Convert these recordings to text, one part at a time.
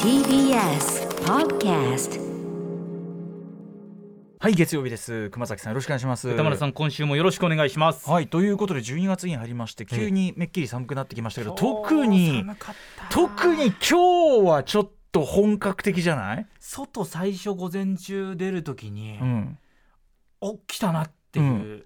TBS Podcast。 はい、月曜日です。熊崎さんよろしくお願いします。 歌丸さん今週もよろしくお願いします。 はい、ということで12月に入りまして急にめっきり寒くなってきましたけど、特に今日はちょっと本格的じゃない？ 外最初午前中出るときに、お来たなっていう、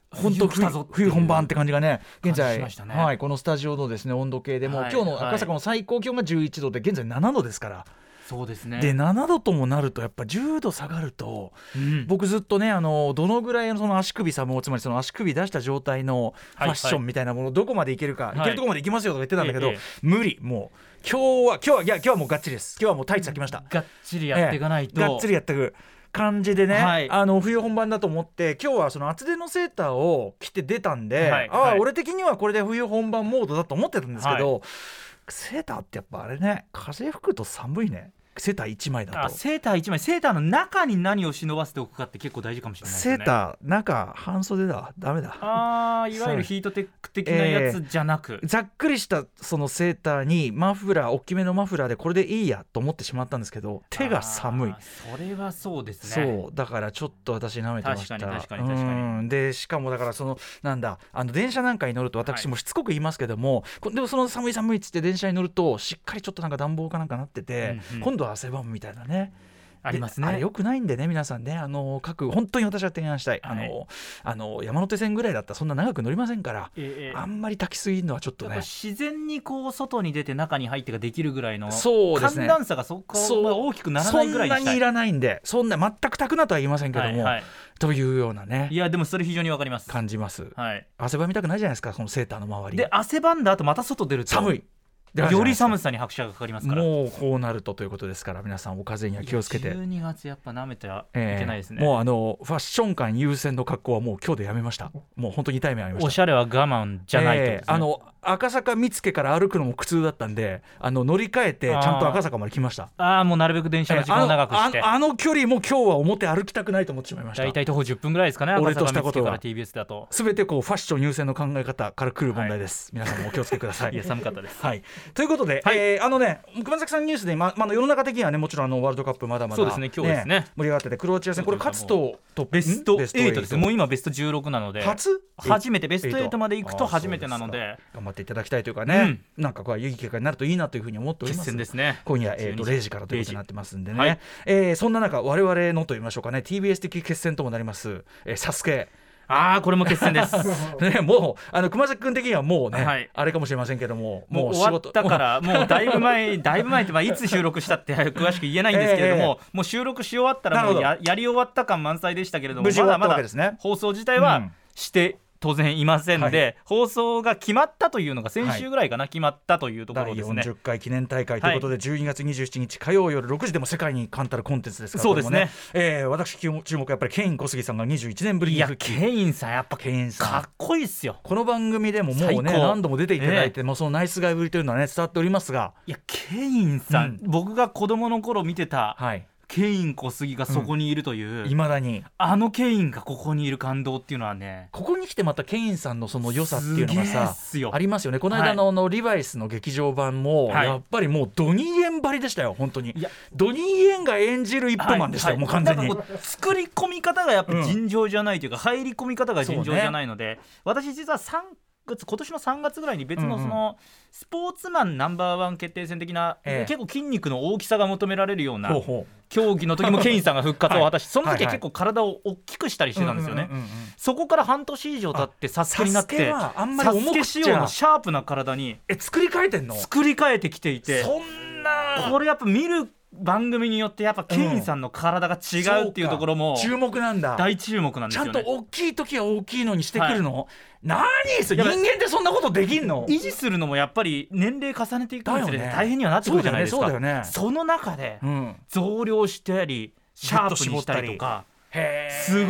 本当冬本番って感じがね現在、 ね、 はい、このスタジオのですね温度計でも、今日の赤坂の最高気温が11度で現在7度ですから。 そうですね。 で7度ともなるとやっぱ10度下がると、僕ずっとねどのぐらいのその足首寒をつまりその足首出した状態のファッションみたいなものどこまでいけるか、いけるところまでいきますよとか言ってたんだけど、無理。もう今日はもうがっちりです。今日はもうタイツ履きました。 がっちりやっていかないと、 がっつりやっていく感じでね、冬本番だと思って今日はその厚手のセーターを着て出たんで、俺的にはこれで冬本番モードだと思ってたんですけど、セーターってやっぱあれね、風吹くと寒いね。セーター1枚だと。 セーター1枚、セーターの中に何を忍ばせておくかって結構大事かもしれないですね。 セーター中半袖だ、ダメだ。 いわゆるヒートテック的なやつじゃなく、 ざっくりしたそのセーターにマフラー、大きめのマフラーでこれでいいやと思ってしまったんですけど、手が寒い。 それはそうですね。 そうだからちょっと私舐めてました。 確かに。 でしかもだからそのなんだ電車なんかに乗ると私もしつこく言いますけども、でもその寒いっつって電車に乗るとしっかりちょっとなんか暖房かなんかなってて、今度は汗ばむみたいなね、 ありますね。 あれ良くないんでね、皆さんね、本当に私は提案したい、山手線ぐらいだったらそんな長く乗りませんから、あんまり炊きすぎるのはちょっとね、 自然にこう外に出て中に入ってができるぐらいの寒そうですね、 暖差がそこは大きくならないぐらいにしたい。 そんなにいらないんで、そんな全く炊くなとは言いませんけども、というようなね。 いやでもそれ非常にわかります。 感じます。汗ばみたくないじゃないですか、このセーターの周りで。汗ばんだ後また外出ると寒い、 より寒さに拍車がかかりますから、 もうこうなるということですから、皆さんお風邪には気をつけて。 12月やっぱ舐めてはいけないですね。 もうファッション感優先の格好はもう今日でやめました。もう本当に痛い目ありました。 おしゃれは我慢じゃないとですね。 赤坂見附から歩くのも苦痛だったんで、乗り換えてちゃんと赤坂まで来ました。 もうなるべく電車の時間を長くして、 距離も今日は表歩きたくないと思ってしまいました。 大体徒歩10分ぐらいですかね、赤坂見附から TBS だと。 全てこうファッション優先の考え方から来る問題です、皆さんもお気をつけください。 いや寒かったです、 ということで、熊崎さんニュースで、世の中的にはね、もちろんワールドカップまだまだ、 そうですね、今日ですね、 盛り上がってて、クロアチア戦これ勝つとベスト8です。もう今ベスト16なので、初めてベスト8まで行くと初めてなので、 頑張っていただきたいというかね、なんかこういい結果になるといいなというふうに思っております。 決戦ですね。 今夜、0時からということになってますんでね、そんな中我々のと言いましょうかね、 TBS 的決戦ともなります、サスケ。 これも決戦ですね、もう熊崎君的にはもうね、あれかもしれませんけども、 もう終わったからもうだいぶ前っていつ収録したって詳しく言えないんですけれども、もう収録し終わったらもう やり終わった感満載でしたけれども、 無事終わったわまけですね。 放送自体はして当然いませんで、放送が決まったというのが先週ぐらいかな、決まったというところですね。 第40回記念大会ということで、12月27日火曜夜6時でも世界に冠たるコンテンツですから。 そうですね。 私注目はやっぱりケイン小杉さんが21年ぶりに復帰。 ケインさんやっぱかっこいいっすよ。 この番組でももうね何度も出ていただいて、もうそのナイスガイぶりというのはね伝わっておりますが、 いやケインさん、僕が子供の頃見てた、ケイン小杉がそこにいるという、 未だにケインがここにいる感動っていうのはね、 ここに来てまたケインさんのその良さっていうのがさありますよね。この間のリバイスの劇場版も、やっぱりもうドニー・イエンばりでしたよ。本当にドニー・イエンが演じる一歩マンでしたよ、もう完全に。 作り込み方がやっぱ尋常じゃないというか、入り込み方が尋常じゃないので、私実は今年の3月ぐらいに別のそのスポーツマンナンバーワン決定戦的な、結構筋肉の大きさが求められるような競技の時もケインさんが復活を果たし、その時は結構体を大きくしたりしてたんですよね。そこから半年以上経ってサスケになって、サスケ仕様のシャープな体に作り変えてんの？ 作り変えてきていて、 そんなこれやっぱ見る番組によってやっぱケインさんの体が違うっていうところも注目なんだ。 大注目なんですよね。 ちゃんと大きい時は大きいのにしてくるの、何それ、人間ってそんなことできんの？ 維持するのもやっぱり年齢重ねていくにつれて大変にはなってくるじゃないですか。その中で増量したりシャープにしたりとか、すごいです。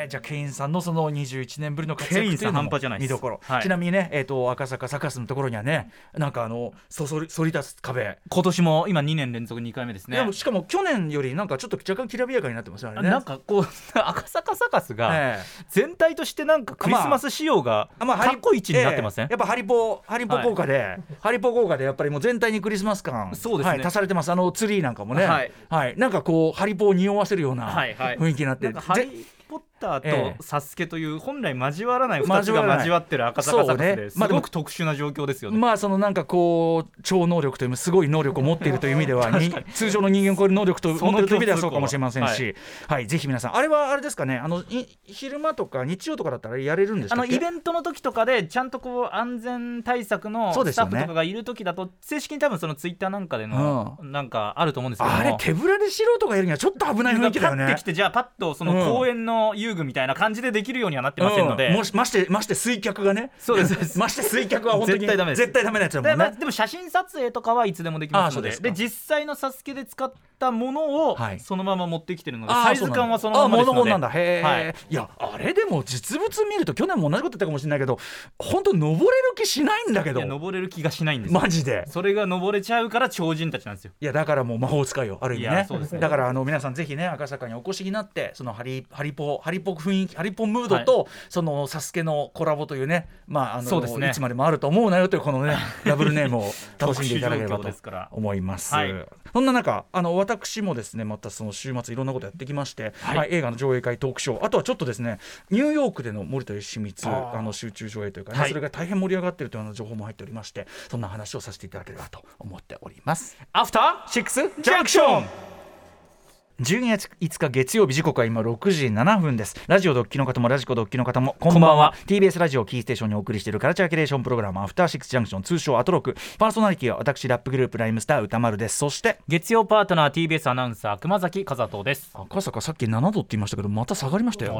じゃあケインさんのその21年ぶりの活躍というのも見どころ、ちなみにね、赤坂サカスのところにはね、なんかそり立つ壁、 今年も今2年連続2回目ですね。 でもしかも去年よりなんかちょっと若干きらびやかになってますよね。 なんかこう赤坂サカスが全体としてなんかクリスマス仕様がかっこいい位置になってません？ やっぱハリポ効果で、ハリポ効果でやっぱりもう全体にクリスマス感、 そうですね、 足されてます。ツリーなんかもね、なんかこうハリポを匂わせるような雰囲気になって、 ハリポッターとサスケという本来交わらない2つが交わってる赤坂サカスですごく特殊な状況ですよね。 そのなんかこう超能力というすごい能力を持っているという意味では通常の人間を超える能力と持っているという意味ではそうかもしれませんし、ぜひ皆さんあれはあれですかね、昼間とか日曜とかだったらやれるんですか？ イベントの時とかでちゃんとこう安全対策のスタッフとかがいる時だと正式に多分そのツイッターなんかでのなんかあると思うんですけども、 あれ手ぶらで素人がいるにはちょっと危ない雰囲気だよね。 パッてきてじゃあパッとその公園の遊具みたいな感じでできるようにはなってませんので、 まして水脚がね、 そうですまして水脚は本当に絶対ダメです。 絶対ダメなやつだもんね。 でも写真撮影とかはいつでもできますので、で実際のサスケで使ったものをそのまま持ってきてるので、サイズ感はそのままですので、 物なんだ。いやあれでも実物見ると去年も同じこと言ったかもしれないけど、本当登れる気しないんだけど。 いや登れる気がしないんですよマジで。 それが登れちゃうから超人たちなんですよ。 いやだからもう魔法使いよある意味ね。 そうですね。 だから皆さんぜひね赤坂にお越しになって、そのハリポ雰囲気、ハリポムードと、そのサスケのコラボというね、 そうですね、 いつまでもあると思うなよというこのねダブルネームを楽しんでいただければと思います。そんな中私もですねまたその週末いろんなことやってきまして、映画の上映会トークショー、あとはちょっとですねニューヨークでの森田義満集中上映というかね、それが大変盛り上がっているというような情報も入っておりまして、そんな話をさせていただければと思っております。 アフターシックスジャンクション。12月5日月曜日、時刻は今6時7分です。ラジオドッキの方もラジコドッキの方もこんばんは。 TBS ラジオキーステーションにお送りしているカルチャーキュレーションプログラムアフターシックスジャンクション、通称アトロク。パーソナリティは私ラップグループライムスター歌丸です。そして月曜パートナー TBS アナウンサー熊崎和人です。 赤坂さっき7度って言いましたけどまた下がりましたよ。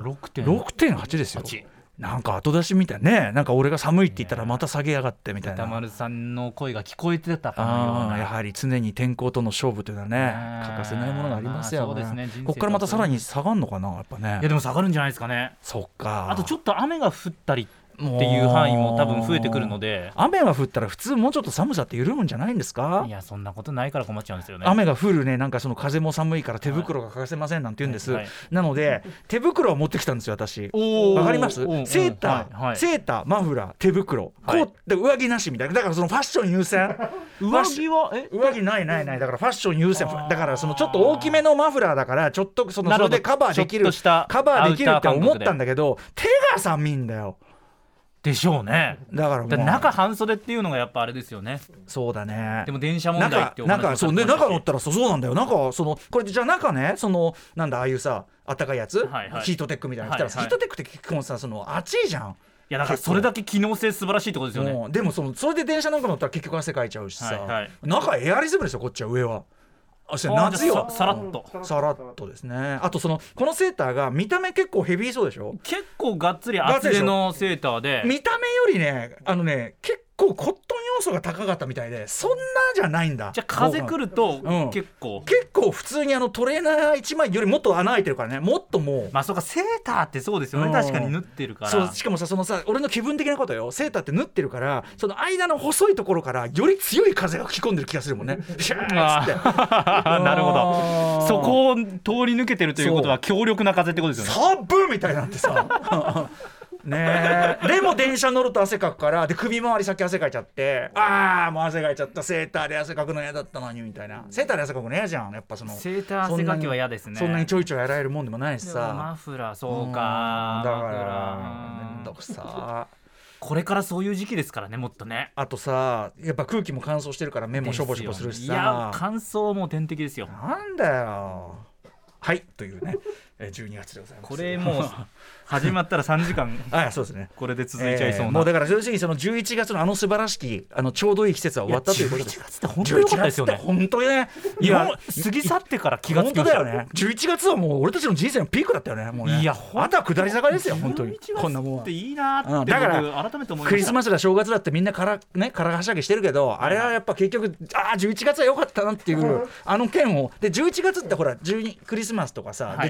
6.8 ですよ。なんか後出しみたいね、なんか俺が寒いって言ったらまた下げやがってみたいな。 歌丸さんの声が聞こえてたかのような。 やはり常に天候との勝負というのはね欠かせないものがありますよね。 そうですね。 ここからまたさらに下がるのかなやっぱね。 いやでも下がるんじゃないですかね。 そっか。 あとちょっと雨が降ったりっていう範囲も多分増えてくるので、 雨が降ったら普通もうちょっと寒さって緩むんじゃないんですか？ いやそんなことないから困っちゃうんですよね。 雨が降るね、なんかその風も寒いから手袋が欠かせませんなんて言うんです、なので手袋を持ってきたんですよ私。わかります？セーター、マフラー、手袋、こうで上着なしみたいな。だからそのファッション優先上着ないだからファッション優先だから、そのちょっと大きめのマフラーだからちょっとそれでカバーできるって思ったんだけど、手が寒いんだよ。 でしょうね。 だから中半袖っていうのがやっぱあれですよね。 そうだね。 でも電車問題ってお話をそうね、中乗ったらそうなんだよ。なんかそのこれじゃあ中ね、そのなんだああいうさあったかいやつ、ヒートテックみたいなの着たら、ヒートテックって結構さその暑いじゃん。 いやだからそれだけ機能性素晴らしいってことですよね。 でもそれで電車なんか乗ったら結局汗かいちゃうしさ、中エアリズムですよこっちは。上は夏よ。 さらっとですね。あとこのセーターが見た目結構ヘビーそうでしょ。 結構がっつり厚手のセーターで、 見た目よりね結構コットン要素が高かったみたいで、そんなじゃないんだ。 じゃあ風来ると結構普通にトレーナー1枚よりもっと穴開いてるからね。もっともうそうか、セーターってそうですよね。確かに縫ってるから。 そう、しかも俺の気分的なことよ、セーターって縫ってるからその間の細いところからより強い風が吹き込んでる気がするもんね。シャーッつってなるほど。そこを通り抜けてるということは強力な風ってことですよね。 サブーみたいになってさねえでも電車乗ると汗かくから、で首周りさっき汗かいちゃって、もう汗かいちゃった、セーターで汗かくの嫌だったのにみたいな。セーターで汗かくの嫌じゃん。やっぱセーター汗かきは嫌ですね。 そんなにちょいちょい洗えるもんでもないしさ。 マフラーそうか。 だからめんどくさ。 これからそういう時期ですからね。もっとね。 あとさやっぱ空気も乾燥してるから目もしょぼしょぼするしさ。 いや乾燥も天敵ですよ。 なんだよ。はいというね12月でございます。 これもう始まったら3時間そうですね。 これで続いちゃいそうな、 もうだから正直その11月の素晴らしきちょうどいい季節は終わったということです。 11月って本当に良かったですよね。 本当にね。 いや過ぎ去ってから気がつきました。 本当だよね。11月はもう俺たちの人生のピークだったよね。もうね。いやあとは下り坂ですよ本当に。こんなもんは。 っていいなってだから改めて思いました。 クリスマスだ正月だってみんなからはしゃぎしてるけど、あれはやっぱ結局11月は良かったなっていう件をで、11月ってほらクリスマスとかさ、で10月は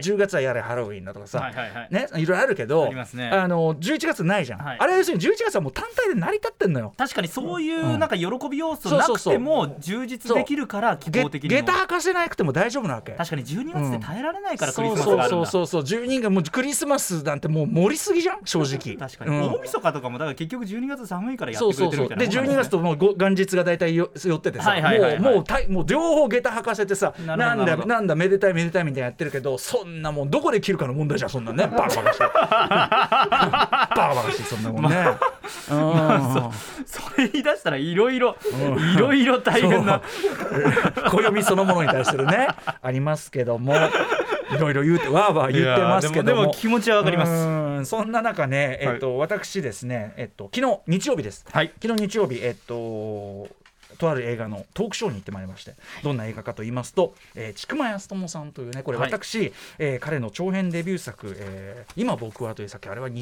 やれハロウィンだとかさ、 はいはいはい、 ね、いろいろあるけど、 ありますね、 11月ないじゃん、はい、あれ要するに11月はもう単体で成り立ってんのよ。 確かにそういうなんか喜び要素なくても充実できるから希望的にも下駄履かせなくても大丈夫なわけ。 確かに12月って耐えられないからクリスマスがあるんだ。 そう12月がもうクリスマスなんてもう盛りすぎじゃん正直。 確かに、大晦日とかもだから結局12月寒いからやってくれてるみたいな、 で12月ともう元日が大体寄っててさ、もう両方下駄履かせてさ、なんだめでたいめでたいみたいなやってるけど、そんなもんどこで着るかの問題じゃんそんなね。バカバカしいバカバカしいそんなもんね、 それ言い出したらいろいろ大変な暦そのものに対するねありますけども、いろいろ言ってわーわー言ってますけども、 でも気持ちはわかります。 そんな中ね、私ですね、昨日日曜日です、 はい、 昨日日曜日とある映画のトークショーに行ってまいりまして、どんな映画かと言いますと、千曲泰友さんというね、これ私、彼の長編デビュー作、今僕はという作品、あれは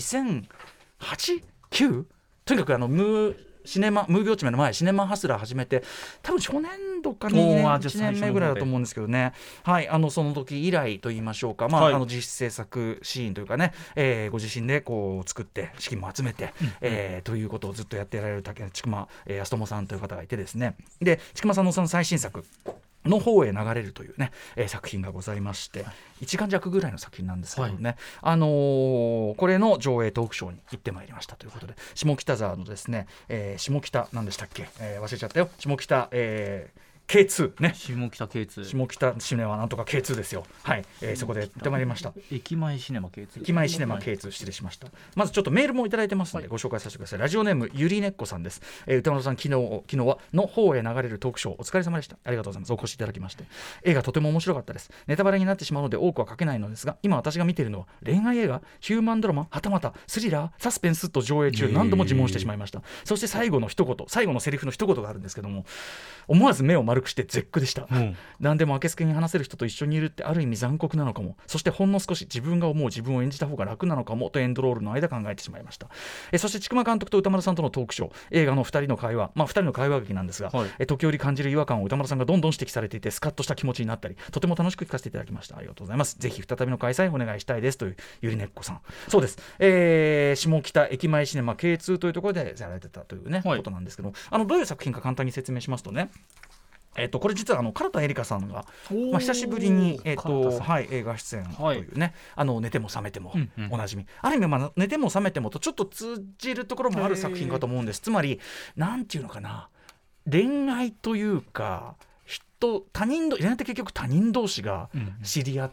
2008、9とにかくムービーウォッチメンの前シネマハスラー始めて多分初年度か2年1年目ぐらいだと思うんですけどね、はい、その時以来と言いましょうか、実質制作シーンというかね、ご自身でこう作って資金も集めて、ということをずっとやってられる千曲泰友さんという方がいてですね、で千曲さんのその最新作の方へ流れるというね、作品がございまして、1時間弱ぐらいの作品なんですけどね、これの上映トークショーに行ってまいりましたということで、下北沢のですね、下北何でしたっけ、忘れちゃったよ、下北、K2 ね、 下北 K2 下北シネマなんとか K2 ですよ、はい、そこで行ってまいりました。 駅前シネマ K2、 駅前シネマ K2 失礼しました。まずちょっとメールもいただいてますのでご紹介させてください。ラジオネームゆりねっこさんです。歌丸さん、昨日はの方へ流れるトークショーお疲れ様でした。ありがとうございます。お越しいただきまして、映画とても面白かったです。ネタバレになってしまうので多くは書けないのですが、今私が見ているのは恋愛映画、ヒューマンドラマ、はたまたスリラー、サスペンスと上映中、何度も自問してしまいました。そして最後のセリフの一言があるんですけども、思わず目を丸くして絶句でした。何でもあけすけに話せる人と一緒にいるってある意味残酷なのかも、そしてほんの少し自分が思う自分を演じた方が楽なのかもとエンドロールの間考えてしまいました。そして千曲監督と歌丸さんとのトークショー、映画の2人の会話、2人の会話劇なんですが、時折感じる違和感を歌丸さんがどんどん指摘されていて、スカッとした気持ちになったり、とても楽しく聞かせていただきました。ありがとうございます。ぜひ再びの開催お願いしたいですというゆりねっこさん。そうです、下北駅前シネマ K2 というところでやられてたというね、ことなんですけど、どういう作品か簡単に説明しますとね、これ実は唐田絵里香さんが、久しぶりに、映画出演というね、寝ても覚めてもおなじみ、ある意味、寝ても覚めてもとちょっと通じるところもある作品かと思うんです。つまりなんていうのかな、恋愛というか他人恋愛って結局他人同士が知り合って、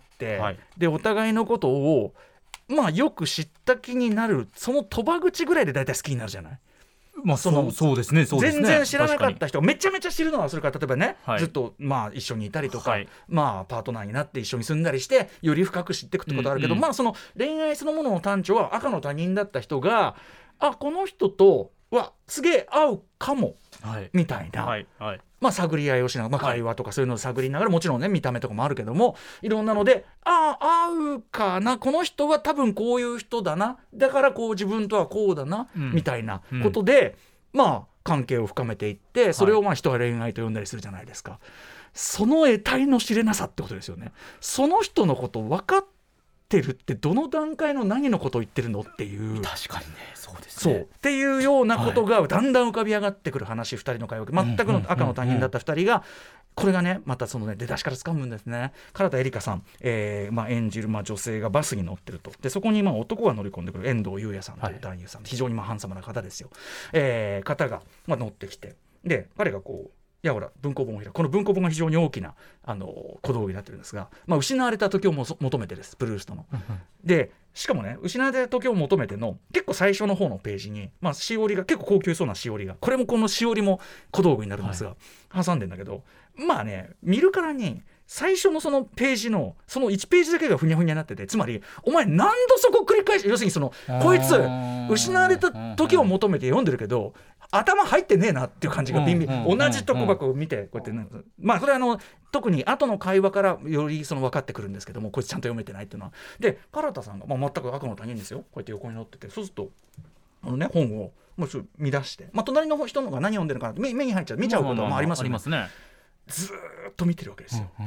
でお互いのことをよく知った気になる、その賭場口ぐらいで大体好きになるじゃない。 そうですね、 全然知らなかった人めちゃめちゃ知るのはそれから、例えばね、ずっと一緒にいたりとか、パートナーになって一緒に住んだりしてより深く知っていくってことあるけど、その恋愛そのものの端緒は赤の他人だった人が、この人とはすげえ合うかも、みたいな、探り合いをしながら、会話とかそういうのを探りながら、もちろんね見た目とかもあるけども、いろんなので合うかな、この人は多分こういう人だな、だからこう自分とはこうだな、みたいなことで、関係を深めていって、それを人は恋愛と呼んだりするじゃないですか。その得体の知れなさってことですよね。その人のこと分かってるってどの段階の何のことを言ってるのっていう、 確かにね、そうですね、 っていうようなことがだんだん浮かび上がってくる話、2人の会話、全くの赤の他人だった2人が、これがねまたそのね出だしから掴むんですね。唐田絵里香さん、演じる女性がバスに乗ってると、でそこに男が乗り込んでくる遠藤優也さんという男優さん、非常にハンサムな方ですよ、方が、乗ってきて、で彼がこう文庫本を開く。この文庫本が非常に大きな小道具になってるんですが、失われた時を求めてです、プルーストので、しかもね、失われた時を求めての結構最初の方のページに、しおりが結構高級そうなしおりが、このしおりも小道具になるんですが、挟んでんだけど、見るからに最初のそのページのその1ページだけがふにゃふにゃになってて、つまりお前何度そこ繰り返し、要するにこいつ失われた時を求めて読んでるけど頭入ってねえなっていう感じがビンビン、同じとこばっかを見てこうやって、それは特に後の会話からより分かってくるんですけども、こいつちゃんと読めてないっていうのは。で唐田さんが、全く赤の他人ですよ、こうやって横に乗ってて、そうすると本をもうちょっと見出して、隣の人のが何読んでるかなって目に入っちゃう、見ちゃうこともありますよね。 ありますね。 ずっと見てるわけですよ、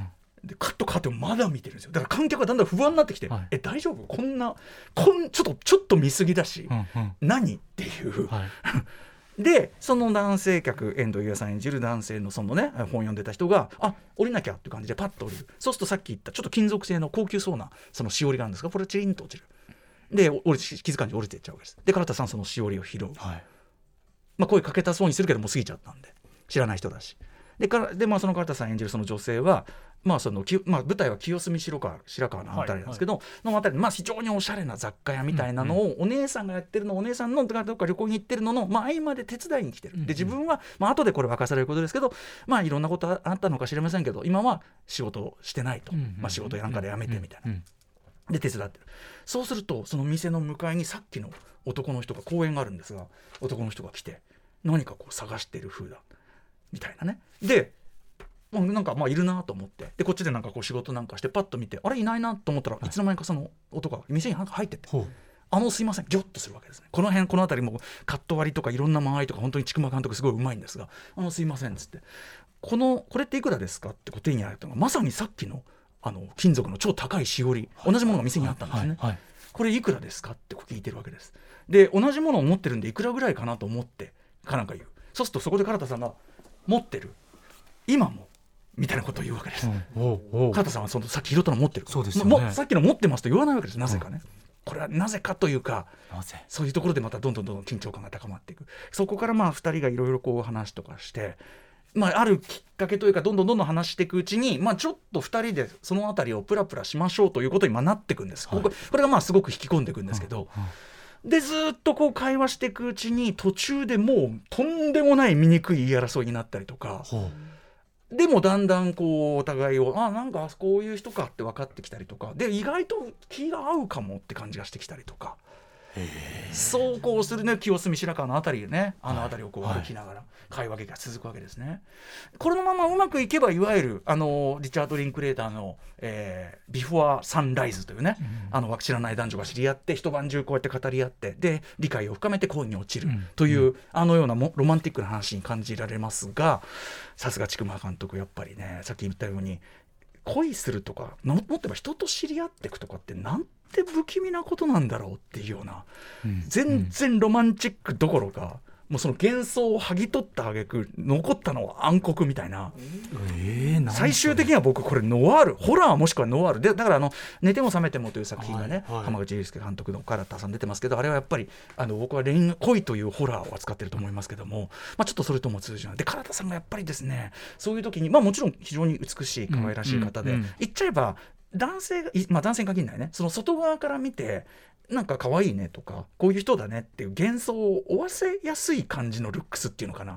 でカットカーテンをまだ見てるんですよ。だから観客がだんだん不安になってきて、大丈夫、ちょっと見過ぎだし、何っていう、でその男性客、遠藤優也さん演じる男性のそのね本読んでた人が降りなきゃっていう感じでパッと降りる。そうするとさっき言ったちょっと金属製の高級そうなそのしおりがあるんですが、これチリンと落ちる。で気づかんで降りていっちゃうわけです。で唐田さんそのしおりを拾う、声かけたそうにするけどもう過ぎちゃったんで知らない人だし、でその唐田さん演じるその女性は舞台は清澄白河のあたりなんですけど、のあたりで非常におしゃれな雑貨屋みたいなのをお姉さんがやってるの、お姉さんのどっか旅行に行ってるのの、合間で手伝いに来てる。で自分は、後でこれ明かされることですけど、いろんなことあったのか知りませんけど今は仕事をしてないと、仕事なんかで辞めてみたいな、で手伝ってる。そうするとその店の向かいにさっきの男の人が公園があるんですが、男の人が来て何かこう探してる風だみたいなね。でなんかいるなと思って、でこっちでなんかこう仕事なんかしてパッと見てあれいないなと思ったら、いつの間にかその男が店になんか入ってて、すいませんギョッとするわけですね。この辺りもカット割りとかいろんな間合いとか本当に千曲監督すごいうまいんですが、すいませんっつって、これっていくらですかって手にあるのがまさにさっきの金属の超高いしおり、同じものが店にあったんですね。これいくらですかって聞いてるわけです。で同じものを持ってるんでいくらぐらいかなと思ってなんか言う。そうするとそこで唐田さんが持ってる今もみたいなことを言うわけです。唐田さんはそのさっき拾ったの持ってる、そうですよね、さっきの持ってますと言わないわけです。なぜかね、これはなぜかというか、そういうところでまたどんどん緊張感が高まっていく。そこから2人がいろいろこう話とかして、あるきっかけというかどんどん話していくうちに、ちょっと2人でそのあたりをプラプラしましょうということになっていくんです。これがすごく引き込んでいくんですけど、でずっとこう会話していくうちに途中でもうとんでもない醜い言い争いになったりとか、でもだんだんこうお互いをなんかこういう人かって分かってきたりとかで、意外と気が合うかもって感じがしてきたりとか、そうこうするね清澄白河のあたりでね、あたりをこう歩きながら会話劇が続くわけですね。これのままうまくいけばいわゆるリチャード・リンクレーターの、ビフォア・サンライズというね、知らない男女が知り合って一晩中こうやって語り合ってで理解を深めて恋に落ちるという、ようなロマンティックな話に感じられますが、さすが千曲監督やっぱりね、さっき言ったように恋するとかもっと言えば人と知り合っていくとかってなんて不気味なことなんだろうっていうような、全然ロマンチックどころかもうその幻想を剥ぎ取った挙句残ったのは暗黒みたいな、最終的には僕これノワールホラーもしくはノワールで、だから寝ても覚めてもという作品がね、浜口竜介監督の唐田さん出てますけど、あれはやっぱり僕は恋というホラーを扱ってると思いますけども、ちょっとそれとも通じないで、唐田さんがやっぱりですね、そういう時にもちろん非常に美しい可愛らしい方で、言っちゃえば男性が男性に限らないね、その外側から見てなんか可愛いねとかこういう人だねっていう幻想を負わせやすい感じのルックスっていうのかな、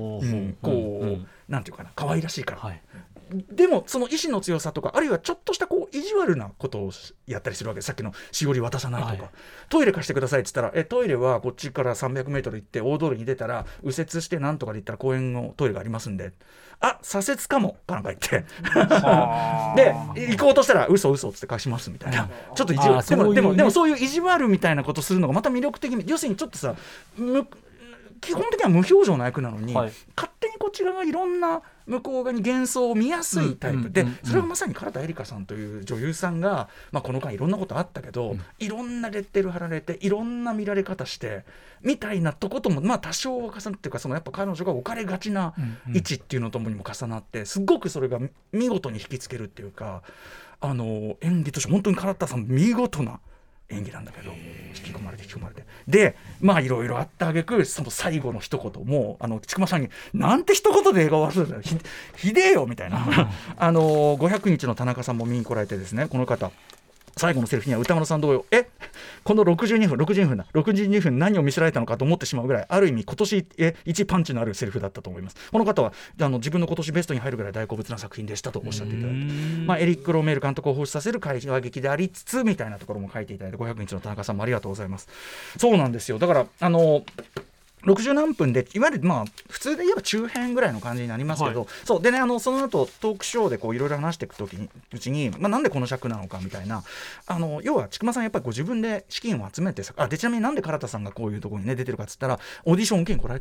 なんていうかな、可愛らしいから、でもその意志の強さとかあるいはちょっとしたこう意地悪なことをやったりするわけです。さっきのしおり渡さないとか、トイレ貸してくださいって言ったらトイレはこっちから300メートル行って大通りに出たら右折してなんとかで行ったら公園のトイレがありますんで、左折かもかなんか言ってで行こうとしたら嘘っつって貸しますみたいな、ちょっと意地悪でもそういう意地悪みたいなことするのがまた魅力的。要するにちょっとさ基本的には無表情な役なのに、勝手にこちらがいろんな向こう側に幻想を見やすいタイプで、それはまさに唐田絵里香さんという女優さんが、この間いろんなことあったけど、いろんなレッテル貼られていろんな見られ方してみたいなとことも多少は重なってっていうか、そのやっぱ彼女が置かれがちな位置っていうのともにも重なってすごくそれが見事に引きつけるっていうか、演技として本当に唐田さん見事な演技なんだけど、引き込まれてでいろいろあった挙句その最後の一言も千曲さんになんて一言で映画終わるんだひでえよみたいな500日の田中さんも見に来られてですね、この方最後のセリフには歌丸さん同様この62分何を見せられたのかと思ってしまうぐらいある意味今年一パンチのあるセリフだったと思います。この方は自分の今年ベストに入るぐらい大好物な作品でしたとおっしゃっていただいて、エリック・ロメール監督を放出させる会話劇でありつつみたいなところも書いていただいて、500日の田中さんもありがとうございます。そうなんですよ。だから60何分でいわゆる普通で言えば中編ぐらいの感じになりますけど、そうでね、その後トークショーでいろいろ話していくうちに、なんでこの尺なのかみたいな、要は千曲さんやっぱり自分で資金を集めてでちなみになんで唐田さんがこういうところに、出てるかっつったらオーディション受けに来られた。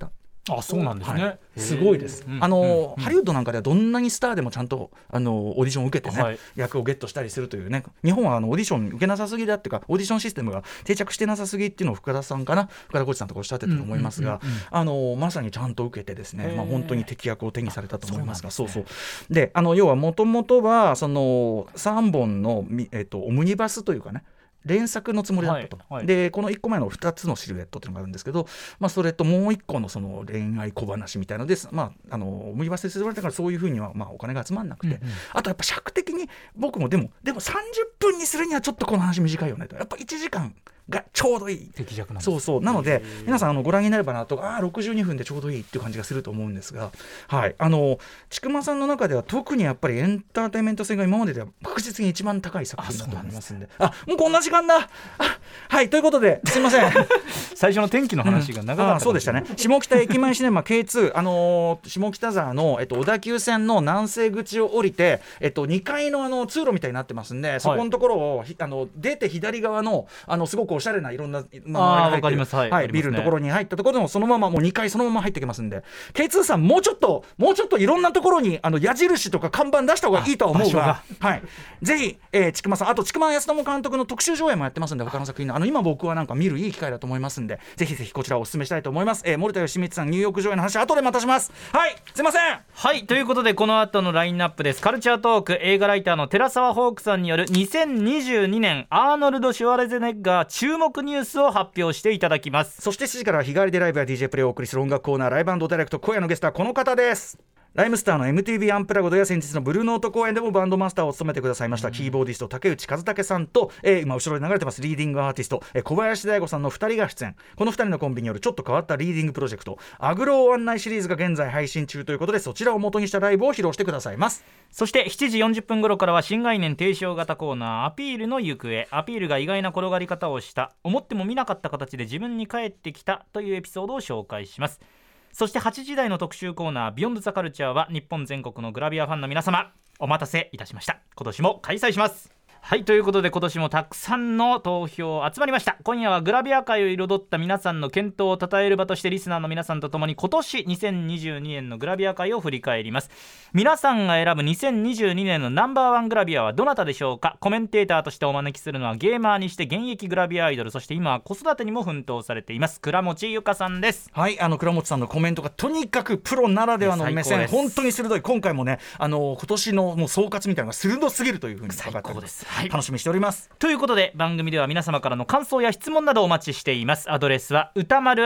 あ、そうなんですね、はい、 すごいです。ハリウッドなんかではどんなにスターでもちゃんとオーディションを受けてね、はい、役をゲットしたりするというね。日本はオーディション受けなさすぎだっていうか、オーディションシステムが定着してなさすぎっていうのを深田さんかな、深田浩二さんとかおっしゃってたと思いますが、まさにちゃんと受けてですね、本当に適役を手にされたと思いますが、そうで、要はもともとはその3本の、オムニバスというかね、連作のつもりだったと、はいはい、でこの1個前の2つのシルエットっていうのがあるんですけど、それともう1個のその恋愛小話みたいなのです、オムニバスで言われたからそういうふうにはお金が集まんなくて、あとやっぱ尺的に僕もでも30分にするにはちょっとこの話短いよねと、やっぱ1時間がちょうどいい適弱なんです。 そうなので皆さんご覧になればなと、62分でちょうどいいっていう感じがすると思うんですが、はい、千曲さんの中では特にやっぱりエンターテインメント性が今まででは確実に一番高い作品だと思いますんで、もうこんな時間だ。はい、ということですいません最初の天気の話が長かった、 そうでしたね。下北駅前シネマ K2、下北沢の、小田急線の南西口を降りて、2階の通路みたいになってますんで、そこのところを出て左側のすごくおしゃれないろんな、ビルのところに入ったところでもそのままもう2階そのまま入ってきますんで、 K2 さんもうちょっといろんなところに矢印とか看板出した方がいいとは思うが、はい、ぜひ、千曲さん、あと千曲安友監督の特集上映もやってますんで、他の作品の今僕はなんか見るいい機会だと思いますんで、ぜひぜひこちらをお勧めしたいと思います。森田義満さんニューヨーク上映の話後でまたします。はい、すいません。 はい、ということでこの後のラインナップです。カルチャートーク、映画ライターの寺澤ホークさんによる2022年アーノルド・シュワルツェネッガー注目ニュースを発表していただきます。 そして7時からは日替わりでライブや DJ プレイをお送りする音楽コーナー、ライブ&ダイレクト。今夜のゲストはこの方です。ライムスターの MTV アンプラグドや先日のブルーノート公演でもバンドマスターを務めてくださいました、キーボーディスト竹内和武さんと、今後ろで流れてますリーディングアーティスト、小林大吾さんの2人が出演。この2人のコンビによるちょっと変わったリーディングプロジェクト、アグロー案内シリーズが現在配信中ということで、そちらを元にしたライブを披露してくださいます。 そして7時40分頃からは新概念提唱型コーナー、アピールの行方。アピールが意外な転がり方をした、思っても見なかった形で自分に返ってきたというエピソードを紹介します。そして8時台の特集コーナー、ビヨンドザカルチャーは日本全国のグラビアファンの皆様、お待たせいたしました。今年も開催します。はい、ということで今年もたくさんの投票集まりました。今夜はグラビア界を彩った皆さんの健闘を称える場として、リスナーの皆さんとともに今年2022年のグラビア界を振り返ります。皆さんが選ぶ2022年のナンバーワングラビアはどなたでしょうか。コメンテーターとしてお招きするのはゲーマーにして現役グラビアアイドル、そして今は子育てにも奮闘されています倉持ゆかさんです。 はい、倉持さんのコメントがとにかくプロならではの目線、本当に鋭い。今回もね、今年のもう総括みたいなのが鋭すぎるというふうに分かってます。はい、楽しみにしております。 ということで番組では皆様からの感想や質問などお待ちしています。アドレスは歌丸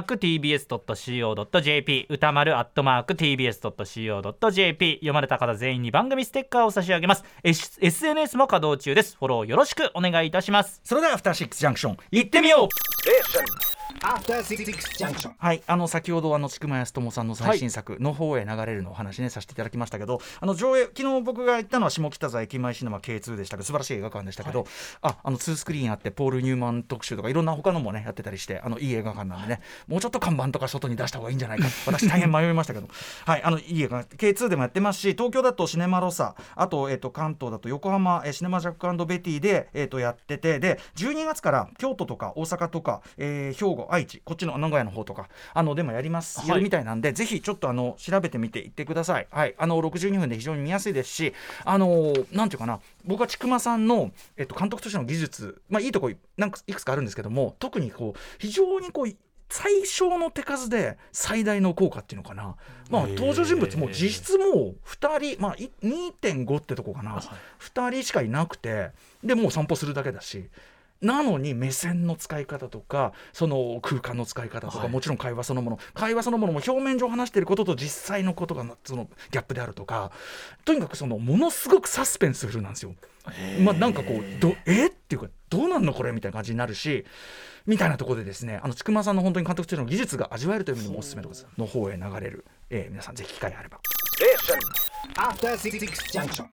@tbs.co.jp、 歌丸@tbs.co.jp。 読まれた方全員に番組ステッカーを差し上げます。SNS も稼働中です。フォローよろしくお願いいたします。 それではアフターシックスジャンクション行ってみよう。はい、先ほど千曲安友さんの最新作の方へ流れるのお話ねさせていただきましたけど、上映昨日僕が行ったのは下北沢駅前シネマ K2 でしたけど、素晴らしい映画館でしたけど、はい、2スクリーンあってポール・ニューマン特集とかいろんな他のもねやってたりして、いい映画館なんでね、もうちょっと看板とか外に出した方がいいんじゃないか私大変迷いましたけどはい、いい映画 K2 でもやってますし、東京だとシネマロサ、あと、関東だと横浜、シネマジャック&ベティで、やってて、で12月から京都とか大阪とか、兵庫、愛知、こっちの名古屋の方とかでもやるみたいなんで、ぜひちょっと調べてみていってください。はい、62分で非常に見やすいですし、なんていうかな、僕は千曲さんの、監督としての技術、いいとこなんかいくつかあるんですけども、特に非常に最小の手数で最大の効果っていうのかな、登場人物も実質もう2人、2.5 ってとこかな、2人しかいなくて、でもう散歩するだけだし、なのに目線の使い方とかその空間の使い方とか、もちろん会話そのものも表面上話していることと実際のことがそのギャップであるとか、とにかくものすごくサスペンスフルなんですよ。なんかっていうかどうなんのこれみたいな感じになるし、みたいなところでですね、千曲さんの本当に監督としての技術が味わえるという意味でもおすすめの方へ流れる、皆さんぜひ機会あれば。